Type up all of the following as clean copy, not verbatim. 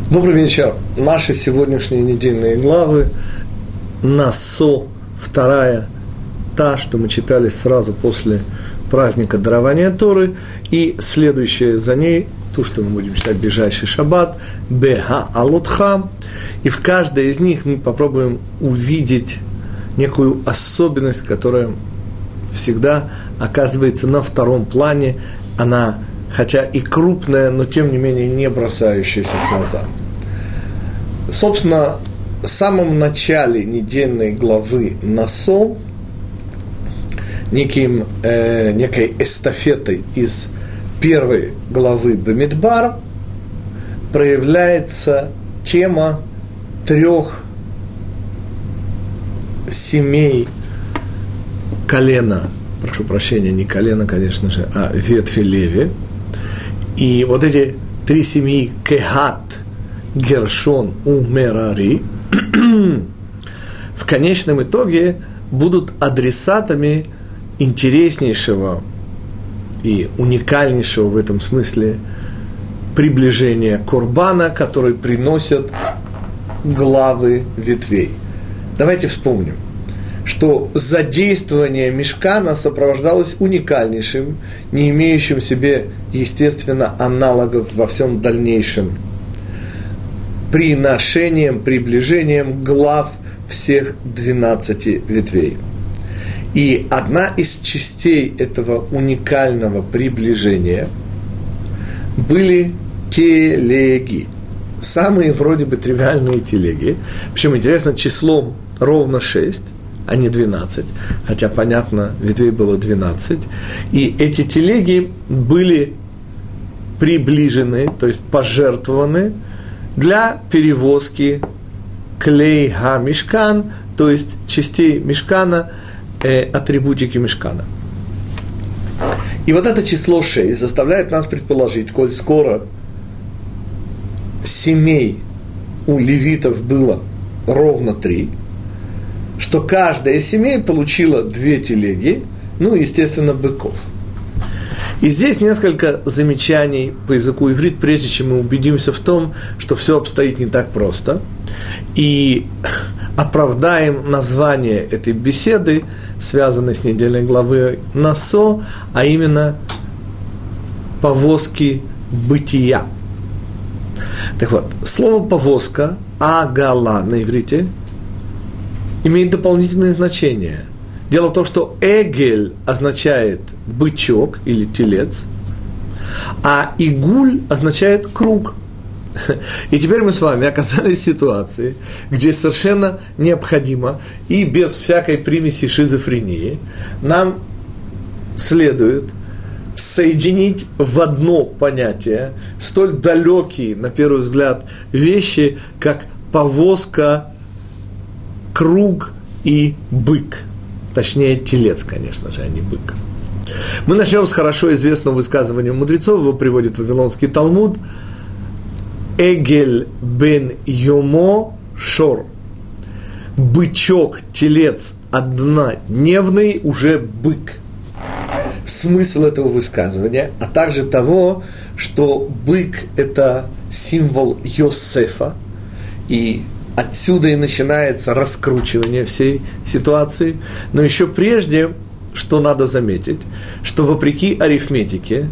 Добрый вечер. Наши сегодняшние недельные главы Насо, вторая, та, что мы читали сразу после праздника дарования Торы, и следующая за ней, ту, что мы будем читать в ближайший шаббат, Беха Алотха, и в каждой из них мы попробуем увидеть некую особенность, которая всегда оказывается на втором плане, она хотя и крупная, но тем не менее не бросающаяся в глаза. Собственно, в самом начале недельной главы Насо, некой эстафетой из первой главы Бамидбар, проявляется тема 3 семей колена, прошу прощения, не колено, конечно же, а ветви Леви. И вот эти 3 семьи Кехат, Гершон и Мерари в конечном итоге будут адресатами интереснейшего и уникальнейшего в этом смысле приближения Корбана, который приносят главы ветвей. Давайте вспомним, что задействование мишкана сопровождалось уникальнейшим, не имеющим в себе, естественно, аналогов во всем дальнейшем приношением, приближением глав всех 12 ветвей. И одна из частей этого уникального приближения были телеги. Самые вроде бы тривиальные телеги. Причем, интересно, числом ровно 6, а не 12. Хотя, понятно, ветвей было 12. И эти телеги были приближены, то есть пожертвованы для перевозки клей ха-мишкан, то есть частей мишкана, атрибутики мишкана. И вот это число 6 заставляет нас предположить, коль скоро семей у левитов было ровно 3, что каждая из семей получила 2 телеги, ну, естественно, быков. И здесь несколько замечаний по языку иврит, прежде чем мы убедимся в том, что все обстоит не так просто, и оправдаем название этой беседы, связанной с недельной главой Насо, а именно повозки бытия. Так вот, слово «повозка», «агала» на иврите, имеет дополнительное значение. Дело в том, что «эгель» означает бычок или телец, а «игуль» означает круг. И теперь мы с вами оказались в ситуации, где совершенно необходимо и без всякой примеси шизофрении нам следует соединить в одно понятие столь далекие, на первый взгляд, вещи, как повозка, круг и бык. Точнее, телец, конечно же, а не бык. Мы начнем с хорошо известного высказывания мудрецов, его приводит Вавилонский Талмуд. Эгель бен йомо шор. Бычок, телец однодневный, уже бык. Смысл этого высказывания, а также того, что бык – это символ Йосефа, и отсюда и начинается раскручивание всей ситуации. Но еще прежде, что надо заметить, что вопреки арифметике,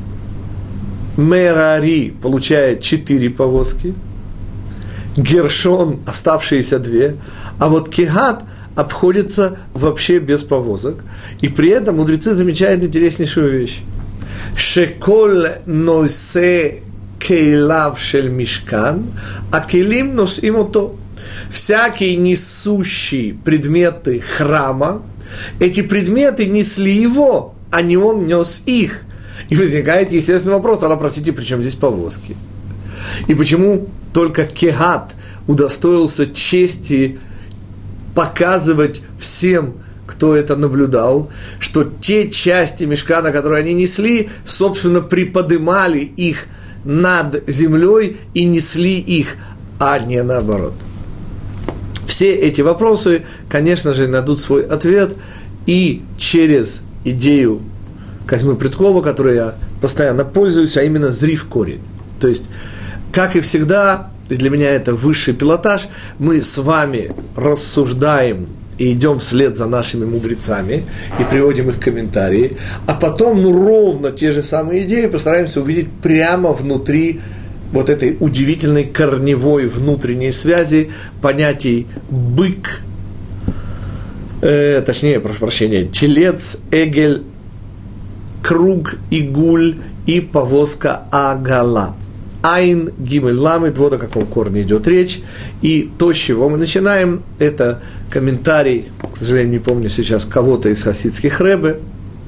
Мерари получает 4 повозки, Гершон оставшиеся 2, а вот Кехат обходится вообще без повозок. И при этом мудрецы замечают интереснейшую вещь. Шеколь носе кейлав шель мишкан, а келим носим ото. Всякий несущий предметы храма, эти предметы несли его, а не он нес их. И возникает естественный вопрос, тогда, простите, при чем здесь повозки? И почему только Кехат удостоился чести показывать всем, кто это наблюдал, что те части мишкана, которые они несли, собственно, приподнимали их над землей и несли их, а не наоборот. Все эти вопросы, конечно же, найдут свой ответ и через идею Козьмы Предкова, которой я постоянно пользуюсь, а именно «зри в корень». То есть, как и всегда, и для меня это высший пилотаж, мы с вами рассуждаем и идем вслед за нашими мудрецами и приводим их комментарии, а потом, ровно те же самые идеи постараемся увидеть прямо внутри вот этой удивительной корневой внутренней связи понятий бык, прошу прощения, телец, эгель, круг, игуль и повозка агала. Айн, гимель, ламет, вот о каком корне идет речь. И то, с чего мы начинаем, это комментарий, к сожалению, не помню сейчас, кого-то из хасидских ребе.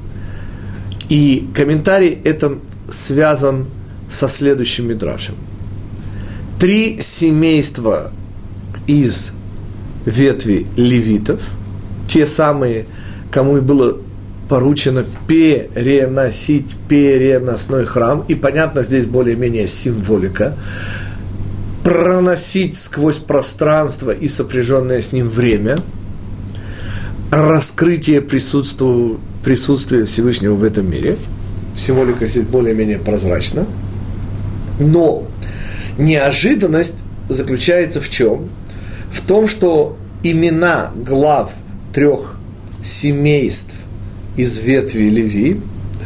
И комментарий этот связан со следующим мидрашем. 3 семейства из ветви левитов, те самые, кому и было поручено переносить переносной храм, и понятно, здесь более-менее символика, проносить сквозь пространство и сопряженное с ним время, раскрытие присутствия Всевышнего в этом мире. Символика здесь более-менее прозрачна. Но неожиданность заключается в чем? В том, что имена глав 3 семейств из ветви Леви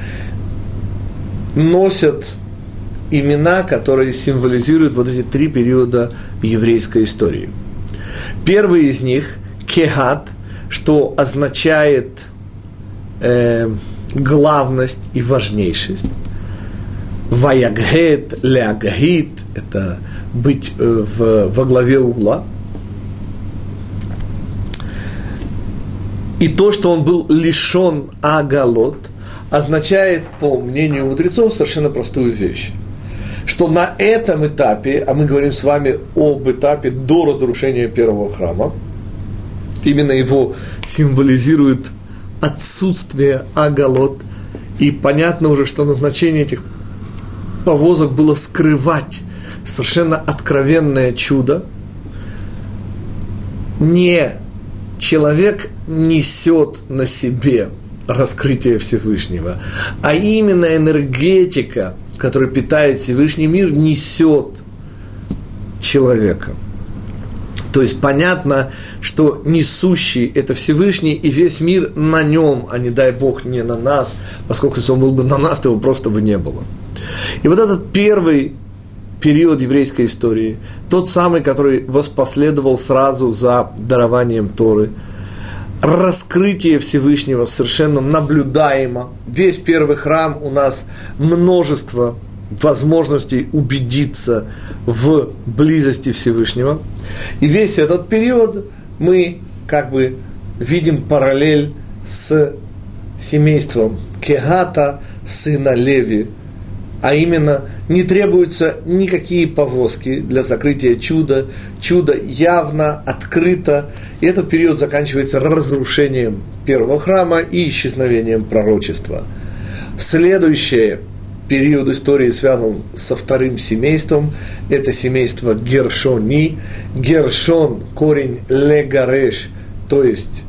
носят имена, которые символизируют вот эти 3 периода еврейской истории. Первый из них – Кехат, что означает главность и важнейшесть. Ваягхет, леагхит – это быть во главе угла. И то, что он был лишен агалот, означает, по мнению мудрецов, совершенно простую вещь. Что на этом этапе, а мы говорим с вами об этапе до разрушения первого храма, именно его символизирует отсутствие агалот, и понятно уже, что назначение этих повозок было скрывать совершенно откровенное чудо. Не человек несет на себе раскрытие Всевышнего, а именно энергетика, которая питает Всевышний мир, несет человека. То есть понятно, что несущий – это Всевышний, и весь мир на нем, а не дай Бог не на нас, поскольку если он был бы на нас, то его просто бы не было. И вот этот первый период еврейской истории, тот самый, который воспоследовал сразу за дарованием Торы, раскрытие Всевышнего совершенно наблюдаемо. Весь первый храм у нас множество возможностей убедиться в близости Всевышнего. И весь этот период мы как бы видим параллель с семейством Кехата, сына Леви, а именно не требуются никакие повозки для сокрытия чуда. Чудо явно, открыто. И этот период заканчивается разрушением первого храма и исчезновением пророчества. Следующий период истории связан со вторым семейством. Это семейство Гершони. Гершон – корень легареш, то есть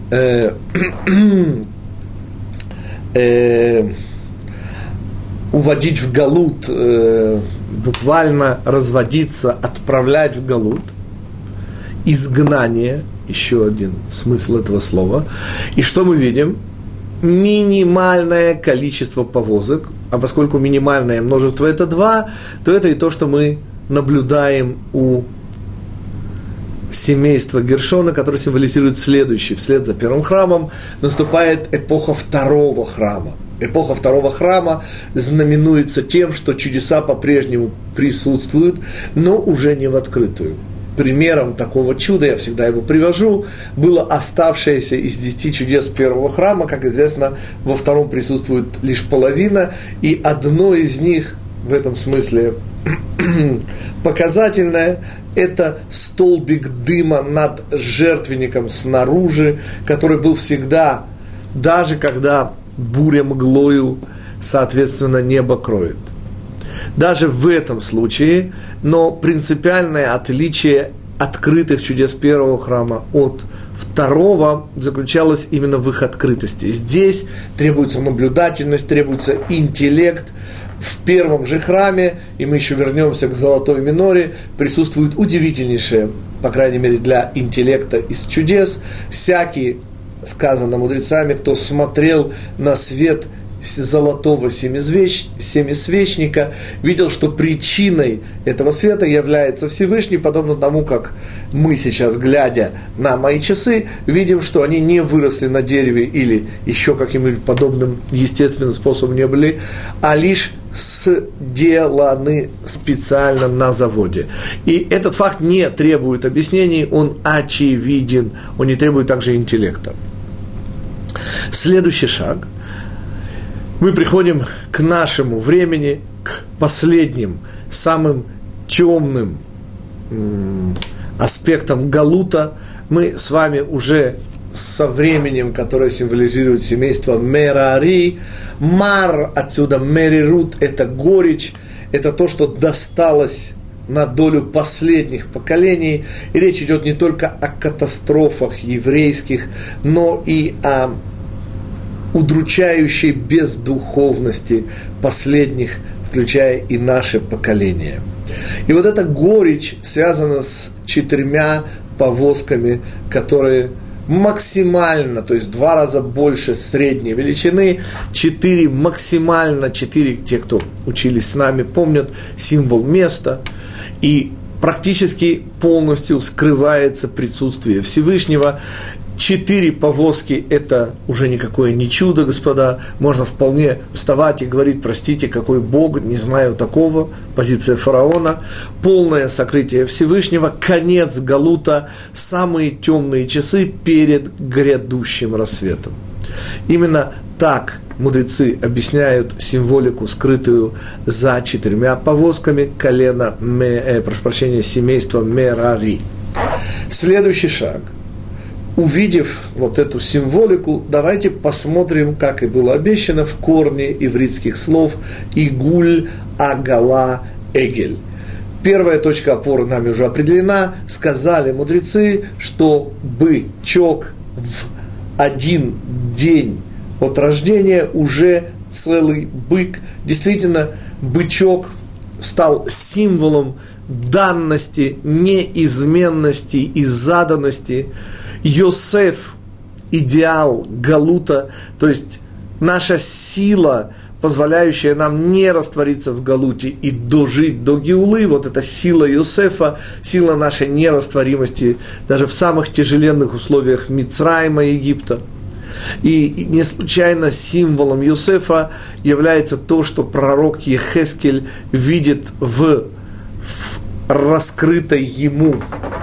уводить в галут, буквально разводиться, отправлять в галут, изгнание, еще один смысл этого слова. И что мы видим? Минимальное количество повозок, а поскольку минимальное множество – это 2, то это и то, что мы наблюдаем у семейства Гершона, которое символизирует следующий. Вслед за первым храмом наступает эпоха второго храма. Эпоха второго храма знаменуется тем, что чудеса по-прежнему присутствуют, но уже не в открытую. Примером такого чуда, я всегда его привожу, было оставшееся из 10 чудес первого храма. Как известно, во втором присутствует лишь половина, и одно из них, в этом смысле показательное, это столбик дыма над жертвенником снаружи, который был всегда, даже когда буря мглою, соответственно, небо кроет. Даже в этом случае, но принципиальное отличие открытых чудес первого храма от второго заключалось именно в их открытости. Здесь требуется наблюдательность, требуется интеллект. в первом же храме, и мы еще вернемся к золотой миноре, присутствует удивительнейшее, по крайней мере для интеллекта, из чудес. Всякий, сказано мудрецами, кто смотрел на свет золотого семисвечника, видел, что причиной этого света является Всевышний, подобно тому, как мы сейчас, глядя на мои часы, видим, что они не выросли на дереве или еще каким-нибудь подобным естественным способом не были, а лишь сделаны специально на заводе. И этот факт не требует объяснений, он очевиден, он не требует также интеллекта. Следующий шаг. Мы приходим к нашему времени, к последним, самым темным аспектам галута. Мы с вами уже со временем, которое символизирует семейство Мерари. Мар, отсюда Мерирут, это горечь, это то, что досталось на долю последних поколений. И речь идет не только о катастрофах еврейских, но и о удручающей бездуховности последних, включая и наше поколение. И вот эта горечь связана с 4 повозками, которые максимально, то есть 2 раза больше средней величины, 4 максимально, 4, те, кто учились с нами, помнят символ места, и практически полностью скрывается присутствие Всевышнего. 4 повозки – это уже никакое не чудо, господа. Можно вполне вставать и говорить: простите, какой Бог, не знаю такого. Позиция фараона. Полное сокрытие Всевышнего, конец галута, самые темные часы перед грядущим рассветом. Именно так мудрецы объясняют символику, скрытую за 4 повозками колена, семейства Мерари. Следующий шаг. Увидев вот эту символику, давайте посмотрим, как и было обещано в корне ивритских слов «игуль», «агала», «эгель». Первая точка опоры нами уже определена. Сказали мудрецы, что бычок в 1 день от рождения уже целый бык. Действительно, бычок стал символом данности, неизменности и заданности. Йосеф – идеал галута, то есть наша сила, позволяющая нам не раствориться в галуте и дожить до геулы, вот эта сила Йосефа, сила нашей нерастворимости даже в самых тяжеленных условиях Мицраима, Египта. И не случайно символом Йосефа является то, что пророк Ехескель видит в раскрытой ему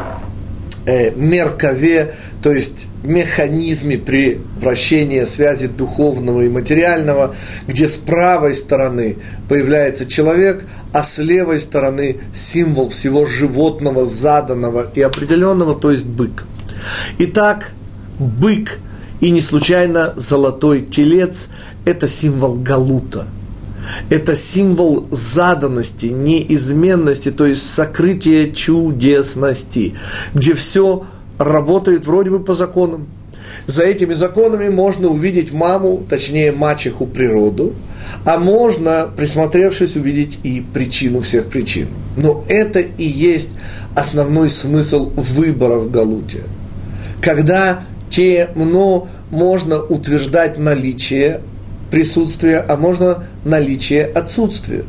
меркаве, то есть механизме превращения связи духовного и материального, где с правой стороны появляется человек, а с левой стороны символ всего животного, заданного и определенного, то есть бык. Итак, бык, и не случайно золотой телец – это символ галута. Это символ заданности, неизменности, то есть сокрытия чудесности, где все работает вроде бы по законам. За этими законами можно увидеть маму, точнее мачеху природу, а можно, присмотревшись, увидеть и причину всех причин. Но это и есть основной смысл выбора в галуте. Когда темно, можно утверждать наличие присутствия, а можно наличие отсутствия.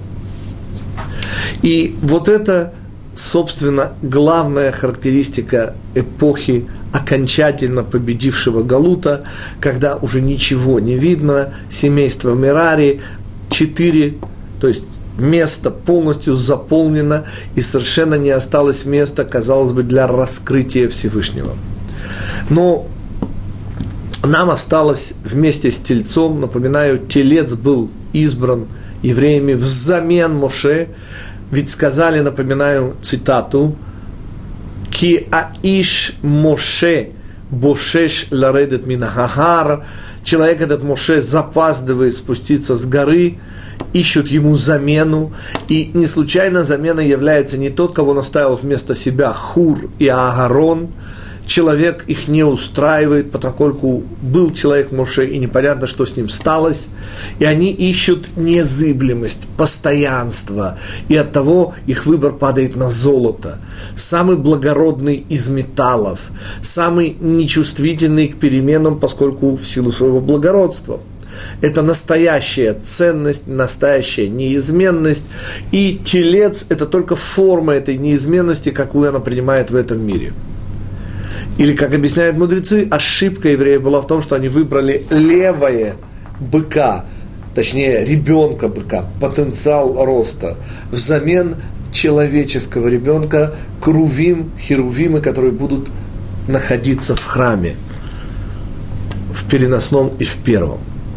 И вот это, собственно, главная характеристика эпохи окончательно победившего галута, когда уже ничего не видно, семейство Мерари, 4, то есть место полностью заполнено, и совершенно не осталось места, казалось бы, для раскрытия Всевышнего. Но нам осталось вместе с тельцом, напоминаю, телец был избран евреями взамен Моше, ведь сказали, напоминаю цитату, «Ки аиш Моше бошеш ларедет минахагар», человек этот Моше запаздывает спуститься с горы, ищут ему замену, и не случайно заменой является не тот, кого он оставил вместо себя Хур и Аагарон, человек их не устраивает, поскольку был человек Моше, и непонятно, что с ним сталось, и они ищут незыблемость, постоянство, и оттого их выбор падает на золото, самый благородный из металлов, самый нечувствительный к переменам, поскольку в силу своего благородства. Это настоящая ценность, настоящая неизменность, и телец – это только форма этой неизменности, какую она принимает в этом мире. Или, как объясняют мудрецы, ошибка евреев была в том, что они выбрали левое быка, точнее ребенка быка, потенциал роста, взамен человеческого ребенка, крувим, херувимы, которые будут находиться в храме, в переносном и в первом.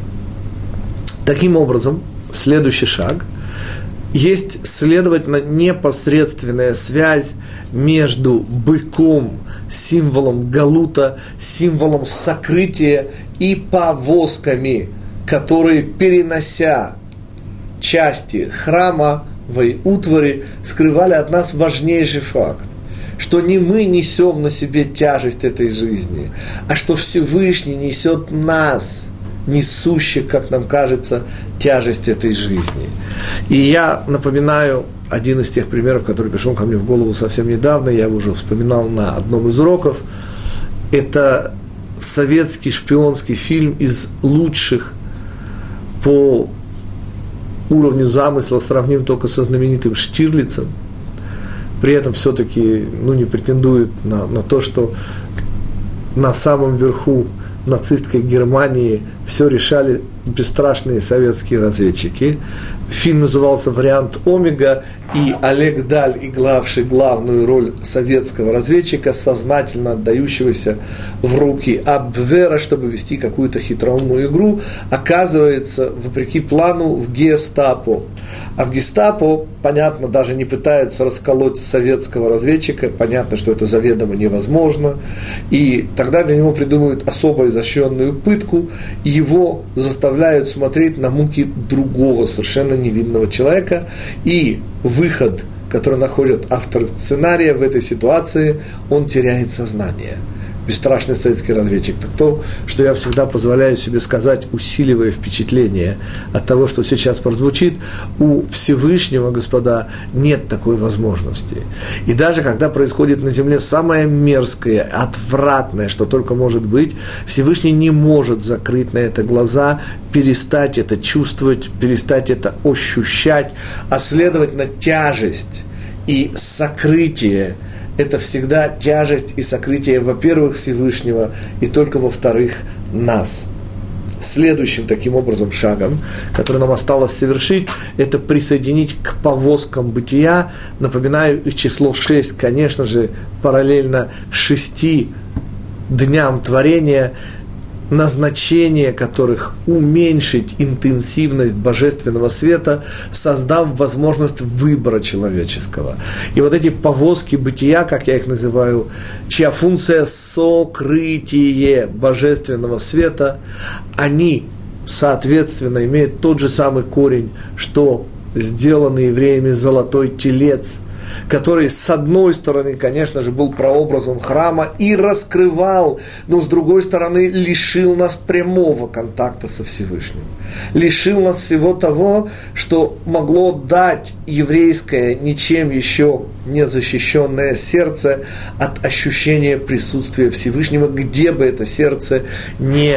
Таким образом, следующий шаг – есть, следовательно, непосредственная связь между быком, символом галута, символом сокрытия, и повозками, которые, перенося части храмовой утвари, скрывали от нас важнейший факт, что не мы несем на себе тяжесть этой жизни, а что Всевышний несет нас, несущих, как нам кажется, тяжесть этой жизни. И я напоминаю один из тех примеров, который пришел ко мне в голову совсем недавно, я его уже вспоминал на одном из уроков. Это советский шпионский фильм из лучших по уровню замысла, сравним только со знаменитым Штирлицем. При этом все-таки не претендует на то, что на самом верху нацистской Германии все решали бесстрашные советские разведчики. Фильм назывался «Вариант Омега», и Олег Даль, игравший главную роль советского разведчика, сознательно отдающегося в руки Абвера, чтобы вести какую-то хитроумную игру, оказывается, вопреки плану, в гестапо. А в гестапо, понятно, даже не пытаются расколоть советского разведчика, понятно, что это заведомо невозможно, и тогда для него придумывают особо изощренную пытку, и его заставляют смотреть на муки другого, совершенно невинного человека, и выход, который находит автор сценария в этой ситуации, он теряет сознание. Бесстрашный советский разведчик. Так то, что я всегда позволяю себе сказать, усиливая впечатление от того, что сейчас прозвучит, у Всевышнего, господа, нет такой возможности. И даже когда происходит на земле самое мерзкое, отвратное, что только может быть, Всевышний не может закрыть на это глаза, перестать это чувствовать, перестать это ощущать, а следовательно тяжесть и сокрытие – это всегда тяжесть и сокрытие, во-первых, Всевышнего, и только, во-вторых, нас. Следующим таким образом шагом, который нам осталось совершить, это присоединить к повозкам бытия, напоминаю, их число 6, конечно же, параллельно 6 дням творения, назначение которых уменьшить интенсивность божественного света, создав возможность выбора человеческого. И вот эти повозки бытия, как я их называю, чья функция сокрытие божественного света, они, соответственно, имеют тот же самый корень, что сделанный евреями золотой телец, который, с одной стороны, конечно же, был прообразом храма и раскрывал, но, с другой стороны, лишил нас прямого контакта со Всевышним. Лишил нас всего того, что могло дать еврейское, ничем еще не защищенное сердце от ощущения присутствия Всевышнего, где бы это сердце не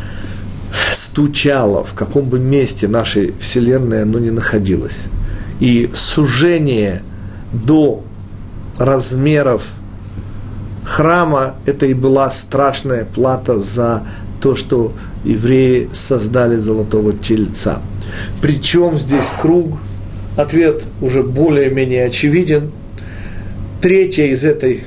стучало, в каком бы месте нашей Вселенной оно ни находилось. И сужение до размеров храма, это и была страшная плата за то, что евреи создали золотого тельца. Причем здесь круг? Ответ уже более-менее очевиден. Третья из этой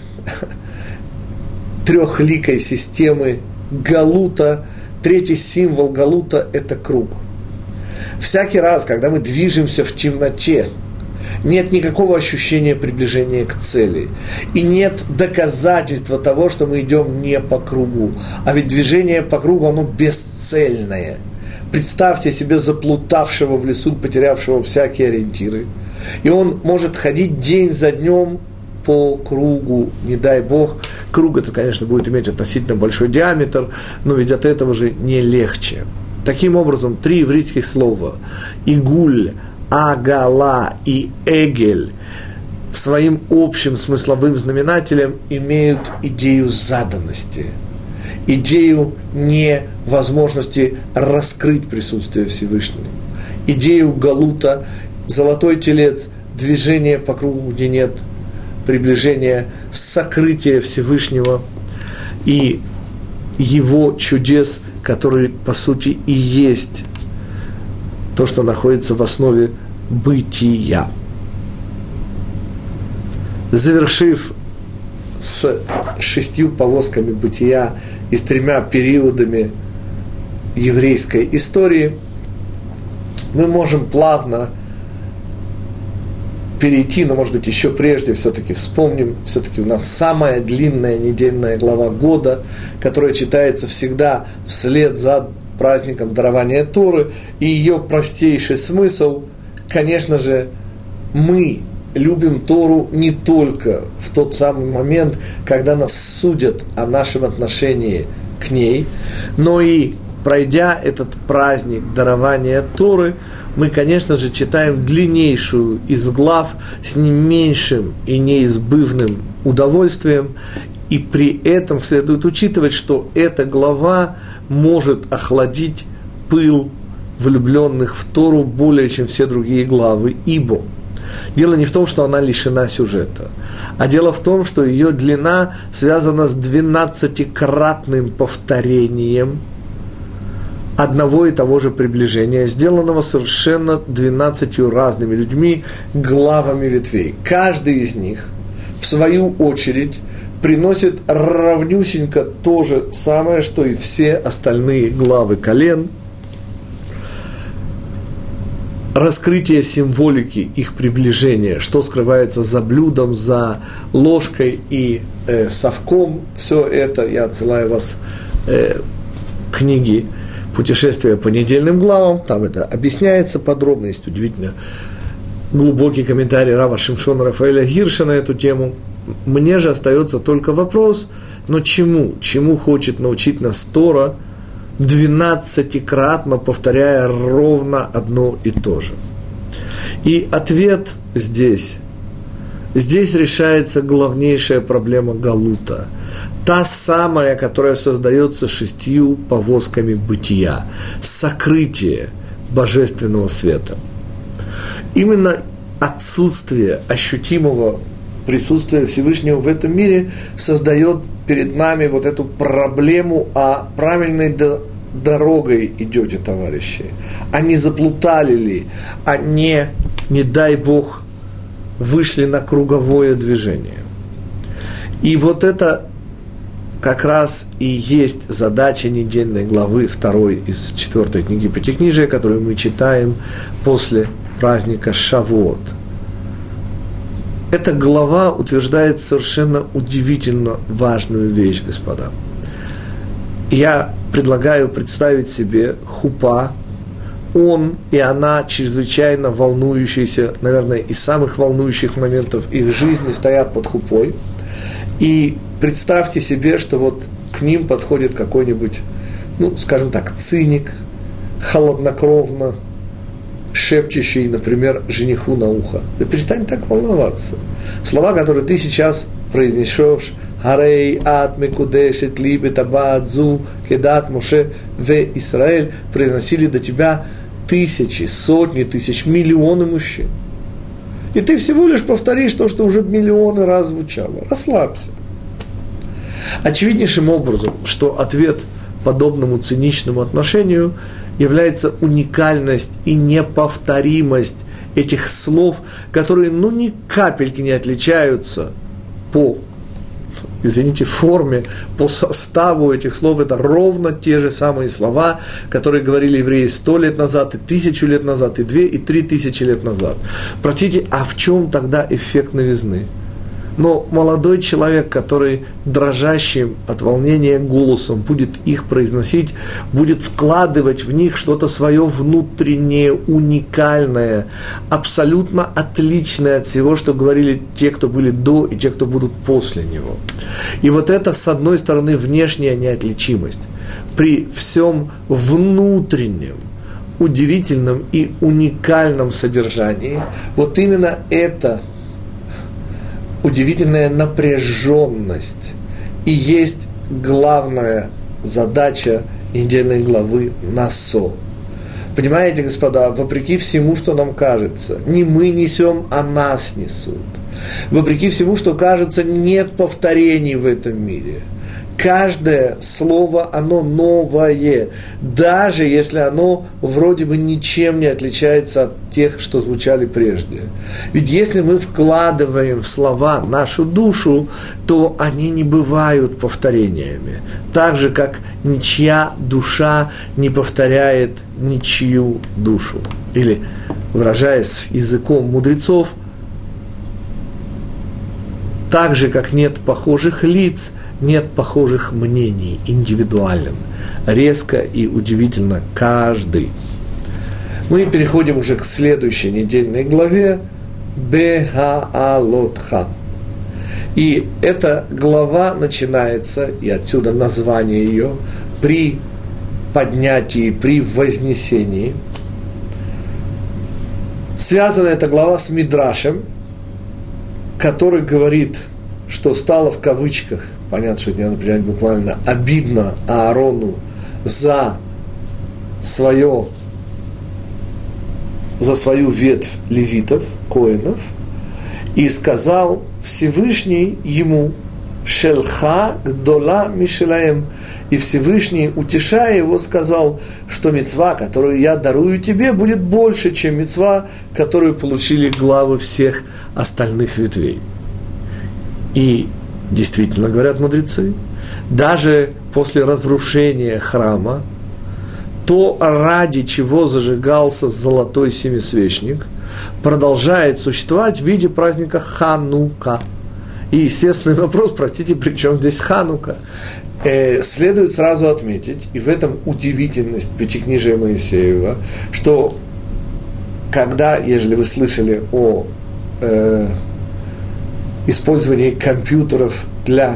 трехликой системы галута, третий символ галута – это круг. Всякий раз, когда мы движемся в темноте, нет никакого ощущения приближения к цели. И нет доказательства того, что мы идем не по кругу. А ведь движение по кругу, оно бесцельное. Представьте себе заплутавшего в лесу, потерявшего всякие ориентиры. И он может ходить день за днем по кругу, не дай Бог, Круг это, конечно, будет иметь относительно большой диаметр, но ведь от этого же не легче. Таким образом, 3 еврейских слова «игуль», «агала» и «эгель» своим общим смысловым знаменателем имеют идею заданности, идею невозможности раскрыть присутствие Всевышнего, идею галута, золотой телец, движение по кругу, где нет приближения, сокрытия Всевышнего и его чудес, которые, по сути, и есть то, что находится в основе бытия. Завершив с 6 повозками бытия и с 3 периодами еврейской истории, мы можем плавно перейти, но, может быть, еще прежде все-таки вспомним, все-таки у нас самая длинная недельная глава года, которая читается всегда вслед за праздником дарования Торы, и ее простейший смысл, конечно же, мы любим Тору не только в тот самый момент, когда нас судят о нашем отношении к ней, но и пройдя этот праздник дарования Торы, мы, конечно же, читаем длиннейшую из глав с не меньшим и неизбывным удовольствием, и при этом следует учитывать, что эта глава может охладить пыл влюбленных в Тору более, чем все другие главы, ибо дело не в том, что она лишена сюжета, а дело в том, что ее длина связана с 12-кратным повторением одного и того же приближения, сделанного совершенно 12 разными людьми, главами ветвей. Каждый из них, в свою очередь, приносит равнюсенько то же самое, что и все остальные главы колен. Раскрытие символики их приближения, что скрывается за блюдом, за ложкой и совком, все это я отсылаю вас к книге «Путешествие по недельным главам», там это объясняется подробно, есть удивительно глубокий комментарий Рава Шимшона Рафаэля Гирша на эту тему. Мне же остается только вопрос, но чему хочет научить нас Тора, 12-кратно повторяя ровно одно и то же. И ответ здесь решается главнейшая проблема галута, та самая, которая создается 6 повозками бытия, сокрытие божественного света. Именно отсутствие ощутимого присутствия Всевышнего в этом мире создает перед нами вот эту проблему, а правильной дорогой идете, товарищи, а не заплутали ли, а не дай Бог, вышли на круговое движение. И вот это как раз и есть задача недельной главы 2 из 4 книги Пятикнижия, которую мы читаем после праздника Шавуот. Эта глава утверждает совершенно удивительно важную вещь, господа. Я предлагаю представить себе хупа, он и она чрезвычайно волнующиеся, наверное, из самых волнующих моментов их жизни стоят под хупой. И представьте себе, что вот к ним подходит какой-нибудь, скажем так, циник, холоднокровно шепчущий, например, жениху на ухо. Да перестань так волноваться. Слова, которые ты сейчас произнесешь, «Харей ат мекудешет либет абад зу кедат Моше ве Исраэль», произносили до тебя тысячи, сотни тысяч, миллионы мужчин. И ты всего лишь повторишь то, что уже миллионы раз звучало. Расслабься. Очевиднейшим образом, что ответ подобному циничному отношению является уникальность и неповторимость этих слов, которые, ни капельки не отличаются по, форме, по составу этих слов. Это ровно те же самые слова, которые говорили евреи 100 лет назад, и 1000 лет назад, и 2, и 3000 лет назад. Простите, а в чем тогда эффект новизны? Но молодой человек, который дрожащим от волнения голосом будет их произносить, будет вкладывать в них что-то свое внутреннее, уникальное, абсолютно отличное от всего, что говорили те, кто были до, и те, кто будут после него. И вот это, с одной стороны, внешняя неотличимость. При всем внутреннем, удивительном и уникальном содержании, вот именно это удивительная напряженность и есть главная задача недельной главы Насо. Понимаете, господа, вопреки всему, что нам кажется, не мы несем, а нас несут. Вопреки всему, что кажется, нет повторений в этом мире. Каждое слово, оно новое, даже если оно вроде бы ничем не отличается от тех, что звучали прежде. Ведь если мы вкладываем в слова нашу душу, то они не бывают повторениями. Так же, как ничья душа не повторяет ничью душу. Или, выражаясь языком мудрецов, так же, как нет похожих лиц, нет похожих мнений, индивидуален, резко и удивительно каждый. Мы переходим уже к следующей недельной главе Бехаалотха. И эта глава начинается, и отсюда название ее, при поднятии, при вознесении. Связана эта глава с Мидрашем, который говорит, что стало в кавычках, понятно, что это не надо принять буквально, обидно Аарону за свою ветвь левитов, коэнов, и сказал Всевышний ему: «Шелха гдола мишелаем». И Всевышний, утешая его, сказал, что мицва, которую я дарую тебе, будет больше, чем мицва, которую получили главы всех остальных ветвей. И действительно, говорят мудрецы, даже после разрушения храма, то, ради чего зажигался золотой семисвечник, продолжает существовать в виде праздника Ханука. И естественный вопрос, простите, при чем здесь Ханука? Следует сразу отметить, и в этом удивительность Пятикнижия Моисеева, что когда, ежели вы слышали о использовании компьютеров для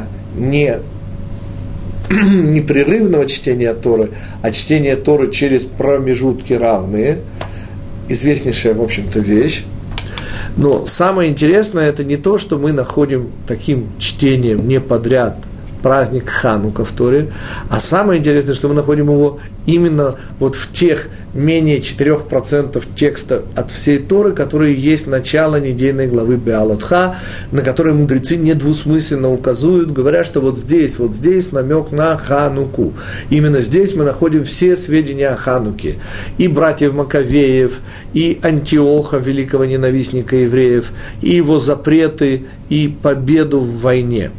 непрерывного чтения Торы, а чтения Торы через промежутки равные, известнейшая, в общем-то, вещь. Но самое интересное, это не то, что мы находим таким чтением не подряд праздник Ханука в Торе, а самое интересное, что мы находим его именно вот в тех менее 4% текста от всей Торы, которые есть начало недельной главы Беалотха, на которые мудрецы недвусмысленно указывают, говоря, что вот здесь намек на Хануку. Именно здесь мы находим все сведения о Хануке. И братьев Маковеев, и Антиоха, великого ненавистника евреев, и его запреты, и победу в войне.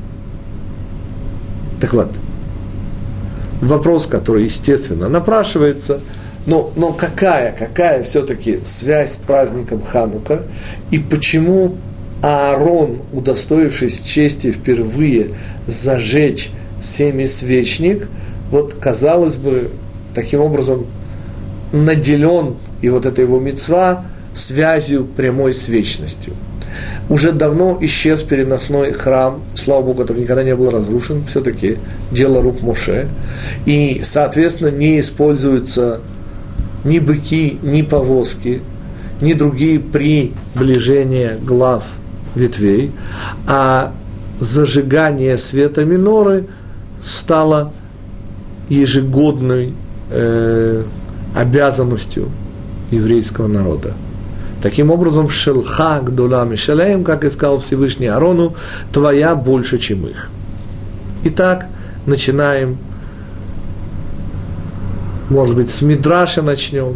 Так вот, вопрос, который, естественно, напрашивается, но какая все-таки связь с праздником Ханука, и почему Аарон, удостоившись чести впервые зажечь семисвечник, вот, казалось бы, таким образом наделен, и вот эта его мицва, связью прямой с вечностью. Уже давно исчез переносной храм, слава Богу, который никогда не был разрушен, все-таки дело рук Моше, и, соответственно, не используются ни быки, ни повозки, ни другие приближения глав ветвей, а зажигание света миноры стало ежегодной обязанностью еврейского народа. Таким образом, «Шелха гдола мишелаем», как и сказал Всевышний Аарону, «твоя больше, чем их». Итак, начинаем, может быть, с Мидраша начнем.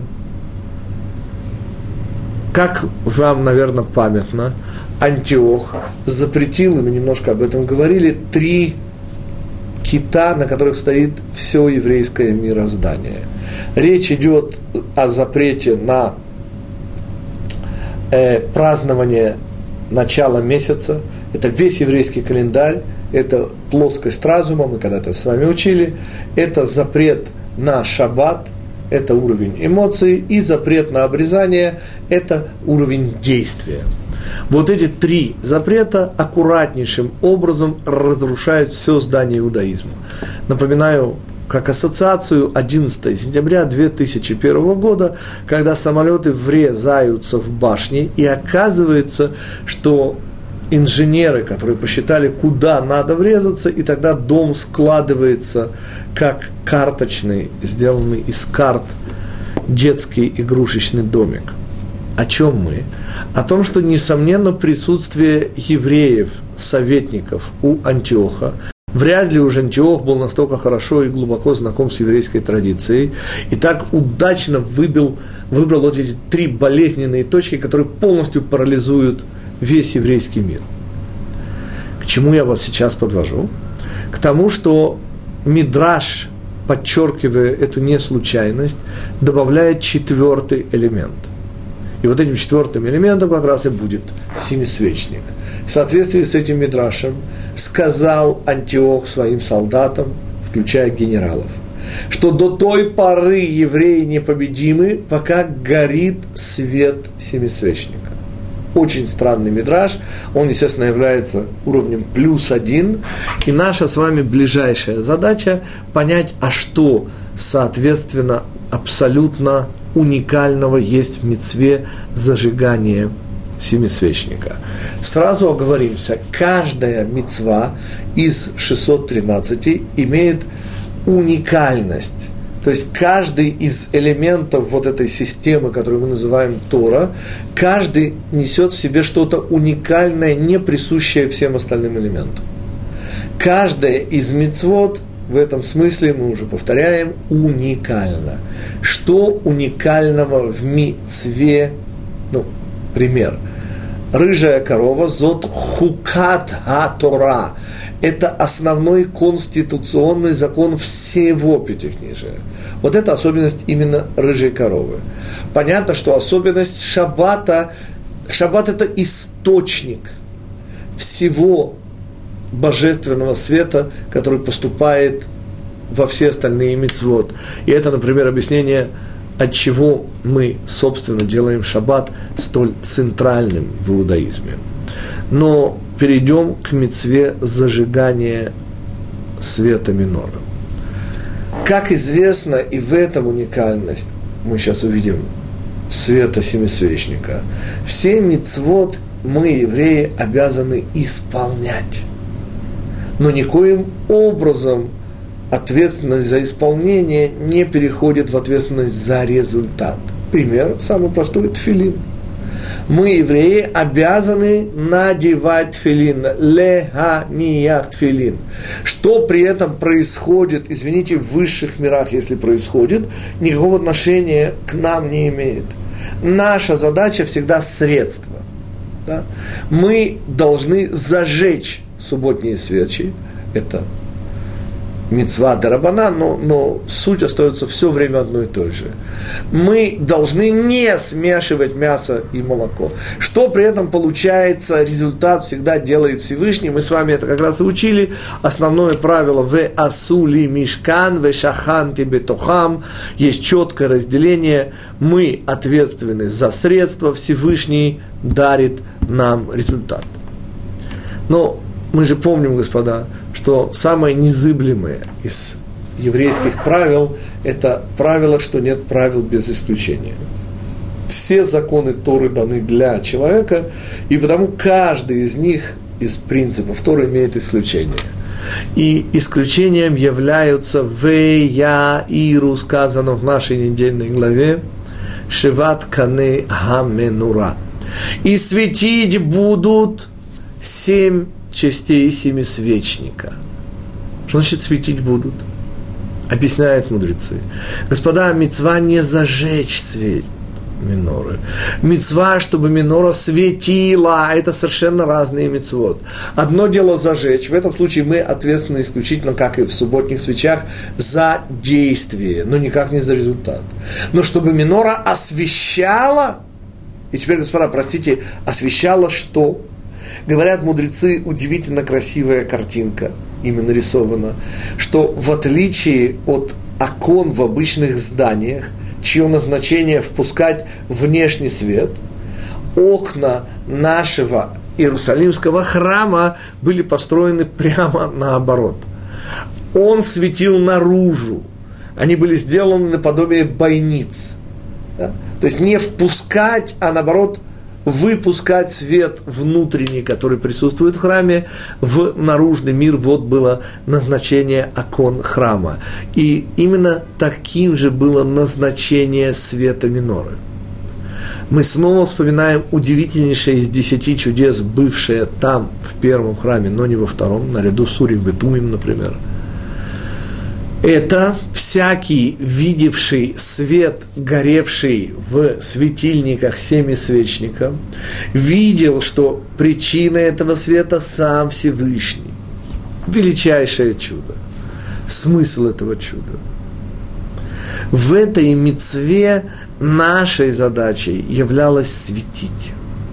Как вам, наверное, памятно, Антиох запретил, и мы немножко об этом говорили, 3 кита, на которых стоит все еврейское мироздание. Речь идет о запрете на празднование начала месяца, Это весь еврейский календарь, это плоскость разума, мы когда-то с вами учили, это запрет на шаббат, это уровень эмоций, и запрет на обрезание – это уровень действия. Вот эти три запрета аккуратнейшим образом разрушают все здание иудаизма. Напоминаю, как ассоциацию 11 сентября 2001 года, когда самолеты врезаются в башни, и оказывается, что инженеры, которые посчитали, куда надо врезаться, и тогда дом складывается как карточный, сделанный из карт, детский игрушечный домик. О чем мы? О том, что, несомненно, присутствие евреев, советников у Антиоха, вряд ли уж Антиох был настолько хорошо и глубоко знаком с еврейской традицией, и так удачно выбрал вот эти три болезненные точки, которые полностью парализуют весь еврейский мир. К чему я вас сейчас подвожу? К тому, что Мидраш, подчеркивая эту неслучайность, добавляет четвертый элемент. И вот этим четвертым элементом как раз и будет семисвечник. В соответствии с этим Мидрашем сказал Антиох своим солдатам, включая генералов, что до той поры евреи непобедимы, пока горит свет семисвечника. Очень странный мидраш, он, естественно, является уровнем +1, и наша с вами ближайшая задача понять, а что, соответственно, абсолютно уникального есть в мицве зажигания семисвечника. Сразу оговоримся, каждая мицва из 613 имеет уникальность. То есть каждый из элементов вот этой системы, которую мы называем Тора, каждый несет в себе что-то уникальное, не присущее всем остальным элементам. Каждая из мицвот, в этом смысле, мы уже повторяем, уникальна. Что уникального в мицве? Пример. Рыжая корова, зот хукат ха-тора. Это основной конституционный закон всего Пятикнижия. Вот это особенность именно рыжей коровы. Понятно, что особенность шаббата, шаббат – это источник всего божественного света, который поступает во все остальные мицвот. И это, например, объяснение, отчего мы, собственно, делаем шаббат столь центральным в иудаизме. Но перейдем к мицве зажигания света минора. Как известно, и в этом уникальность, мы сейчас увидим, света семисвечника, все мицвот мы, евреи, обязаны исполнять. Но никоим образом ответственность за исполнение не переходит в ответственность за результат. Пример, самый простой, тфилин. Мы, евреи, обязаны надевать тфилин, леганиях тфилин. Что при этом происходит, извините, в высших мирах, если происходит, никакого отношения к нам не имеет. Наша задача всегда средство. Да? Мы должны зажечь субботние свечи, это мицва дарабана, но суть остается все время одной и той же. Мы должны не смешивать мясо и молоко. Что при этом получается, результат всегда делает Всевышний. Мы с вами это как раз и учили. Основное правило «Ве асули мишкан, ве шаханти бетохам». Есть четкое разделение. Мы ответственны за средства, Всевышний дарит нам результат. Но мы же помним, господа, что самое незыблемое из еврейских правил – это правило, что нет правил без исключения. Все законы Торы даны для человека, и потому каждый из них, из принципов Торы, имеет исключение. И исключением являются «Веяиру», сказано в нашей недельной главе, «Шеват кане хаменура». «И светить будут 7 частей семисвечника». Что значит светить будут? Объясняют мудрецы. Господа, мицва не зажечь свет миноры. Мицва, чтобы минора светила. Это совершенно разные мицвот. Одно дело зажечь. В этом случае мы ответственны исключительно, как и в субботних свечах, за действие, но никак не за результат. Но чтобы минора освещала, и теперь, господа, простите, освещала что? Говорят мудрецы, удивительно красивая картинка ими нарисована, что в отличие от окон в обычных зданиях, чье назначение впускать внешний свет, окна нашего Иерусалимского храма были построены прямо наоборот. Он светил наружу, они были сделаны наподобие бойниц. Да? То есть не впускать, а наоборот выпускать свет внутренний, который присутствует в храме, в наружный мир. Вот было назначение окон храма. И именно таким же было назначение света миноры. Мы снова вспоминаем удивительнейшее из 10 чудес, бывшее там, в первом храме, но не во втором, наряду с Урим и Тумим, например. Это всякий, видевший свет, горевший в светильниках семисвечника, видел, что причина этого света сам Всевышний. Величайшее чудо. Смысл этого чуда. В этой мицве нашей задачей являлось светить.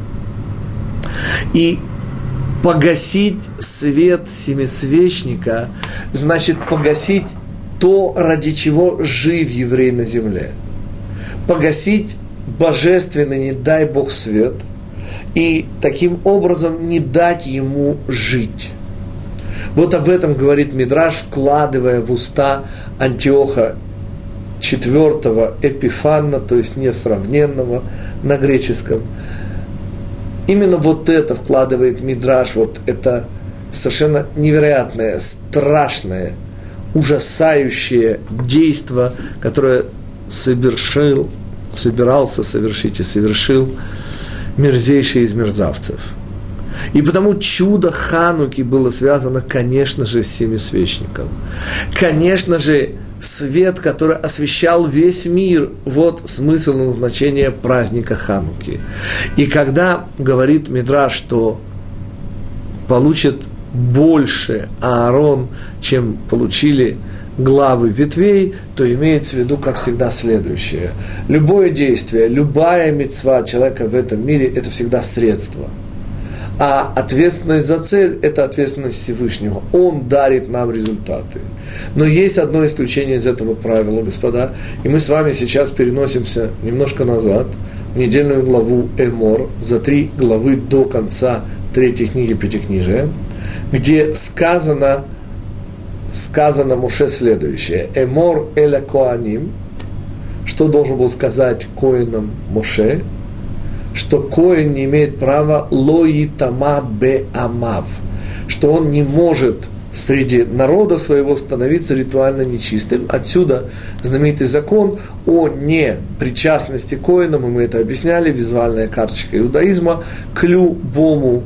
И погасить свет семисвечника значит погасить то, ради чего жив еврей на земле. Погасить божественный, не дай Бог, свет, и таким образом не дать ему жить. Вот об этом говорит Мидраш, вкладывая в уста Антиоха IV Эпифанна, то есть несравненного на греческом. Именно вот это вкладывает Мидраш, вот это совершенно невероятное, страшное, ужасающее действо, которое собирался совершить и совершил мерзейший из мерзавцев. И потому чудо Хануки было связано, конечно же, с семисвечником. Конечно же, свет, который освещал весь мир, вот смысл назначения праздника Хануки. И когда говорит Мидраш, что получит больше Аарон, чем получили главы ветвей, то имеется в виду, как всегда, следующее. Любое действие, любая мицва человека в этом мире – это всегда средство. А ответственность за цель – это ответственность Всевышнего. Он дарит нам результаты. Но есть одно исключение из этого правила, господа, и мы с вами сейчас переносимся немножко назад, в недельную главу Эмор, за 3 главы до конца 3 книги Пятикнижия, где сказано Моше следующее. Эмор эля коаним, что должен был сказать коэнам Моше, что коэн не имеет права лоитама беамав, что он не может среди народа своего становиться ритуально нечистым. Отсюда знаменитый закон о непричастности коэна, мы это объясняли, визуальная карточка иудаизма, к любому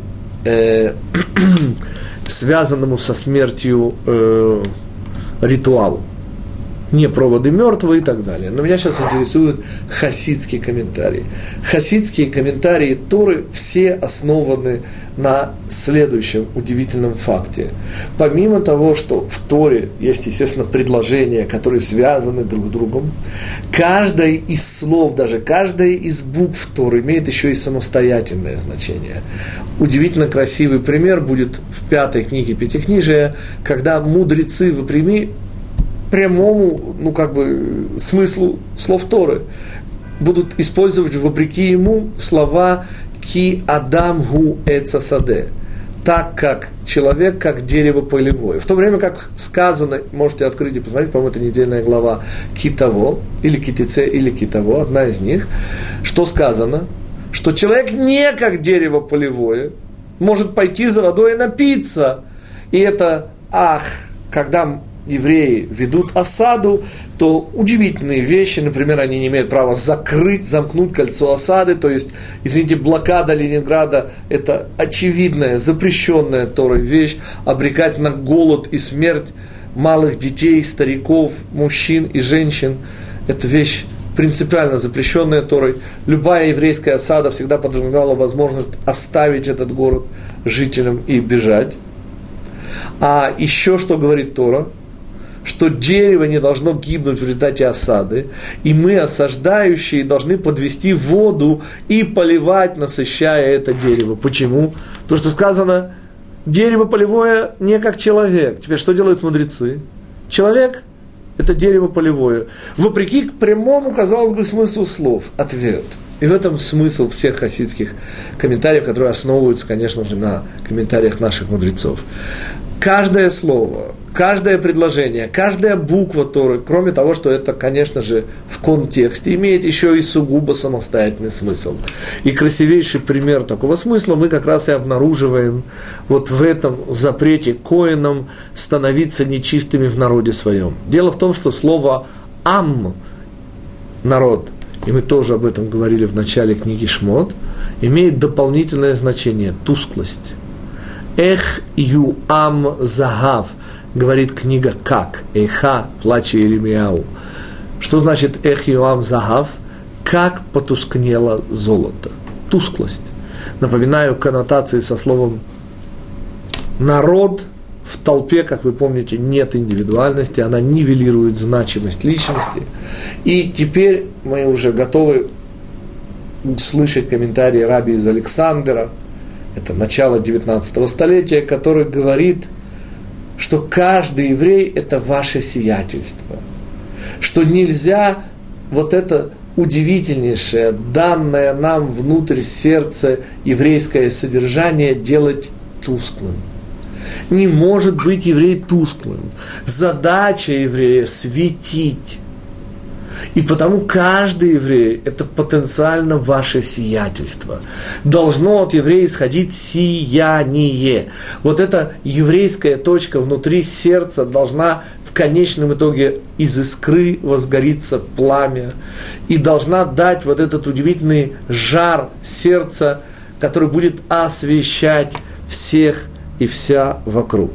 связанному со смертью ритуалу. Не проводы мертвые и так далее. Но меня сейчас интересуют хасидские комментарии. Хасидские комментарии Торы все основаны на следующем удивительном факте. Помимо того, что в Торе есть, естественно, предложения, которые связаны друг с другом, каждое из слов, даже каждая из букв Торы имеет еще и самостоятельное значение. Удивительно красивый пример будет в 5 книге Пятикнижия, когда мудрецы вопреки прямому, смыслу слов Торы будут использовать вопреки ему слова «ки адам гу эцасаде», так как человек, как дерево полевое. В то время как сказано, можете открыть и посмотреть, по-моему, это недельная глава Китово, или Китице, или Китово, одна из них, что сказано, что человек не как дерево полевое, может пойти за водой и напиться. И это когда евреи ведут осаду, то удивительные вещи, например, они не имеют права замкнуть кольцо осады, то есть, извините, блокада Ленинграда – это очевидная, запрещенная Торой вещь, обрекать на голод и смерть малых детей, стариков, мужчин и женщин – это вещь принципиально запрещенная Торой. Любая еврейская осада всегда подразумевала возможность оставить этот город жителям и бежать. А еще что говорит Тора? что дерево не должно гибнуть в результате осады, и мы, осаждающие, должны подвести воду и поливать, насыщая это дерево. Почему? Потому что сказано, дерево полевое не как человек. Теперь что делают мудрецы? Человек – это дерево полевое. Вопреки к прямому, казалось бы, смыслу слов. Ответ. И в этом смысл всех хасидских комментариев, которые основываются, конечно же, на комментариях наших мудрецов. Каждое слово, каждое предложение, каждая буква Торы, кроме того, что это, конечно же, в контексте, имеет еще и сугубо самостоятельный смысл. И красивейший пример такого смысла мы как раз и обнаруживаем вот в этом запрете коэнам становиться нечистыми в народе своем. Дело в том, что слово «ам» – народ, и мы тоже об этом говорили в начале книги Шмот, имеет дополнительное значение – тусклость. «Эх ю ам загав», говорит книга «Как», «Эха», плача Иеремияу. Что значит «Эх ю ам загав»? Как потускнело золото. Тусклость. Напоминаю коннотации со словом «народ». В толпе, как вы помните, нет индивидуальности, она нивелирует значимость личности. И теперь мы уже готовы слышать комментарии раби из Александра, это начало 19 столетия, который говорит, что каждый еврей – это ваше сиятельство, что нельзя вот это удивительнейшее, данное нам внутрь сердца еврейское содержание делать тусклым. Не может быть еврей тусклым. Задача еврея – светить. И потому каждый еврей – это потенциально ваше сиятельство. Должно от еврея исходить сияние. Вот эта еврейская точка внутри сердца должна в конечном итоге из искры возгориться пламя. И должна дать вот этот удивительный жар сердца, который будет освещать всех и вся вокруг.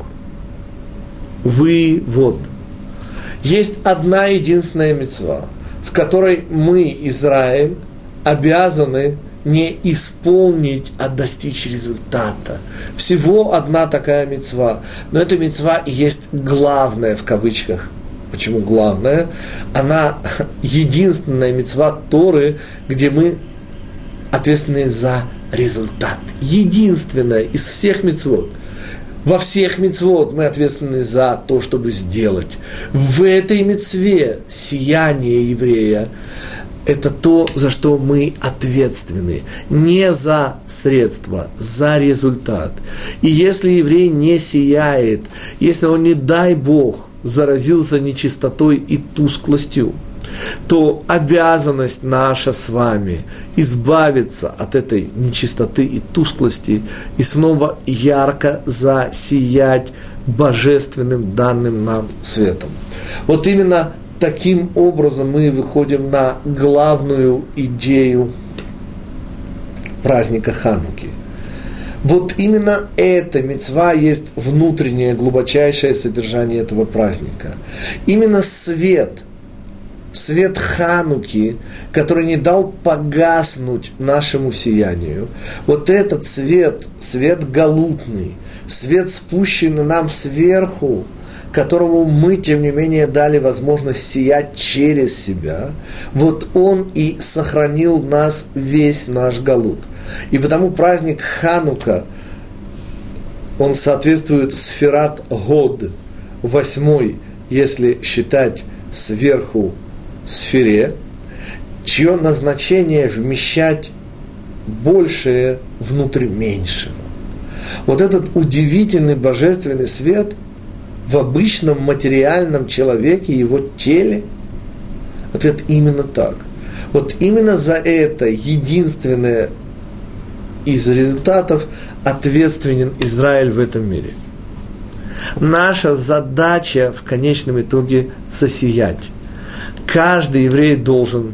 Вывод. Есть одна единственная мицва, в которой мы, Израиль, обязаны не исполнить, а достичь результата. Всего одна такая мицва. Но эта мицва и есть главная, в кавычках. Почему главная? Она единственная мицва Торы, где мы ответственны за результат. Единственная из всех мицвот. Во всех мицвот мы ответственны за то, чтобы сделать. В этой мицве сияние еврея – это то, за что мы ответственны. Не за средства, за результат. И если еврей не сияет, если он, не дай Бог, заразился нечистотой и тусклостью, то обязанность наша с вами избавиться от этой нечистоты и тусклости и снова ярко засиять божественным данным нам светом. Вот именно таким образом мы выходим на главную идею праздника Хануки. Вот именно эта мицва есть внутреннее, глубочайшее содержание этого праздника. Именно свет Хануки, который не дал погаснуть нашему сиянию, вот этот свет галутный, свет, спущенный нам сверху, которому мы, тем не менее, дали возможность сиять через себя, вот он и сохранил нас весь наш галут. И потому праздник Ханука, он соответствует сферат Год, 8, если считать сверху сфере, чье назначение вмещать большее внутрь меньшего. Вот этот удивительный божественный свет в обычном материальном человеке, его теле, ответ именно так. Вот именно за это единственное из результатов ответственен Израиль в этом мире. Наша задача в конечном итоге засиять. Каждый еврей должен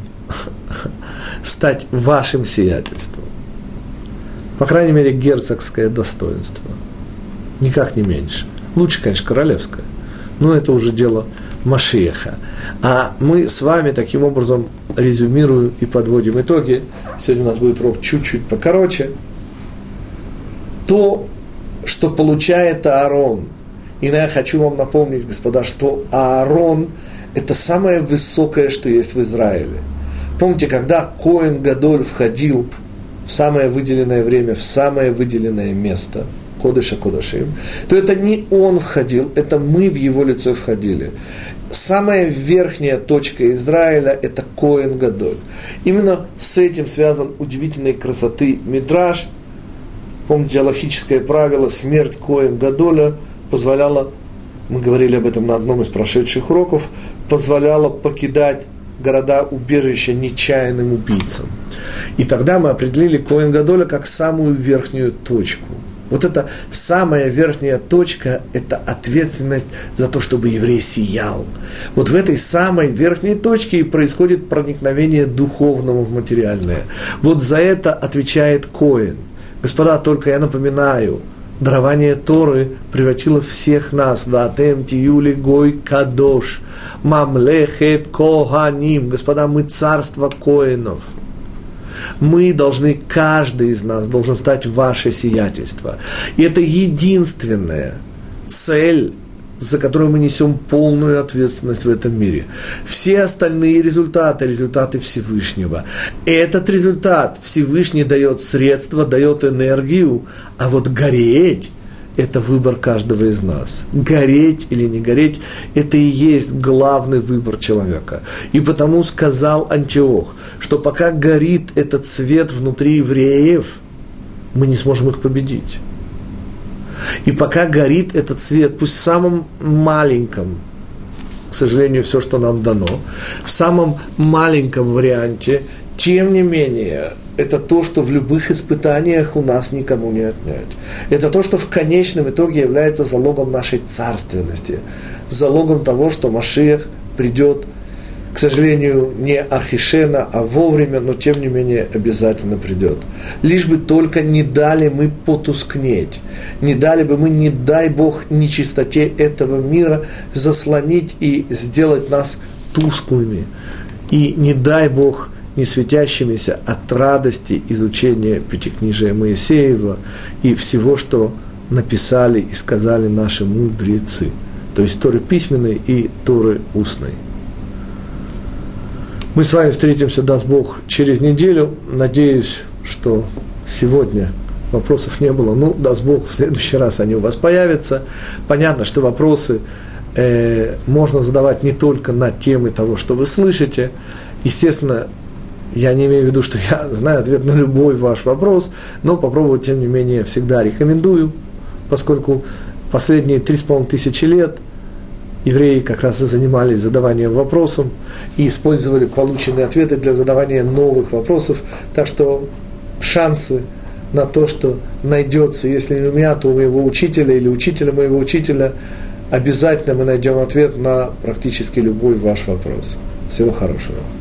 стать вашим сиятельством. По крайней мере, герцогское достоинство. Никак не меньше. Лучше, конечно, королевское. Но это уже дело Машиаха. А мы с вами таким образом резюмируем и подводим итоги. Сегодня у нас будет урок чуть-чуть покороче. То, что получает Аарон И я хочу вам напомнить, господа, что Аарон – это самое высокое, что есть в Израиле. Помните, когда Коэн Гадоль входил в самое выделенное время, в самое выделенное место, Кодеша Кодашим, то это не он входил, это мы в его лице входили. Самая верхняя точка Израиля – это Коэн Гадоль. Именно с этим связан удивительной красоты Мидраш. Помните, алахическое правило, смерть Коэн Гадоля позволяла, мы говорили об этом на одном из прошедших уроков, позволяла покидать города-убежища нечаянным убийцам. И тогда мы определили Коэн Гадоля как самую верхнюю точку. Вот эта самая верхняя точка – это ответственность за то, чтобы еврей сиял. Вот в этой самой верхней точке и происходит проникновение духовного в материальное. Вот за это отвечает Коэн. Господа, только я напоминаю, дарование Торы превратило всех нас в «Ваатем тиюли гой кадош, мамлехет коганим». Господа, мы царство коэнов. Мы должны, каждый из нас должен стать ваше сиятельство. И это единственная цель, за которую мы несем полную ответственность в этом мире. Все остальные результаты, результаты Всевышнего. Этот результат Всевышний дает средства, дает энергию, а вот гореть – это выбор каждого из нас. Гореть или не гореть – это и есть главный выбор человека. И потому сказал Антиох, что пока горит этот свет внутри евреев, мы не сможем их победить. И пока горит этот свет, пусть в самом маленьком, к сожалению, все, что нам дано, в самом маленьком варианте, тем не менее, это то, что в любых испытаниях у нас никому не отнять. Это то, что в конечном итоге является залогом нашей царственности, залогом того, что Машиах придет, к сожалению, не ахишена, а вовремя, но тем не менее обязательно придет. Лишь бы только не дали мы потускнеть, не дали бы мы, не дай Бог, нечистоте этого мира заслонить и сделать нас тусклыми. И не дай Бог не светящимися от радости изучения Пятикнижия Моисеева и всего, что написали и сказали наши мудрецы, то есть Торы письменной и Торы устной. Мы с вами встретимся, даст Бог, через неделю. Надеюсь, что сегодня вопросов не было. Ну, даст Бог, в следующий раз они у вас появятся. Понятно, что вопросы можно задавать не только на темы того, что вы слышите. Естественно, я не имею в виду, что я знаю ответ на любой ваш вопрос, но попробовать, тем не менее, всегда рекомендую, поскольку последние 3500 лет евреи как раз и занимались задаванием вопросов и использовали полученные ответы для задавания новых вопросов. Так что шансы на то, что найдется, если не у меня, то у моего учителя или учителя моего учителя, обязательно мы найдем ответ на практически любой ваш вопрос. Всего хорошего.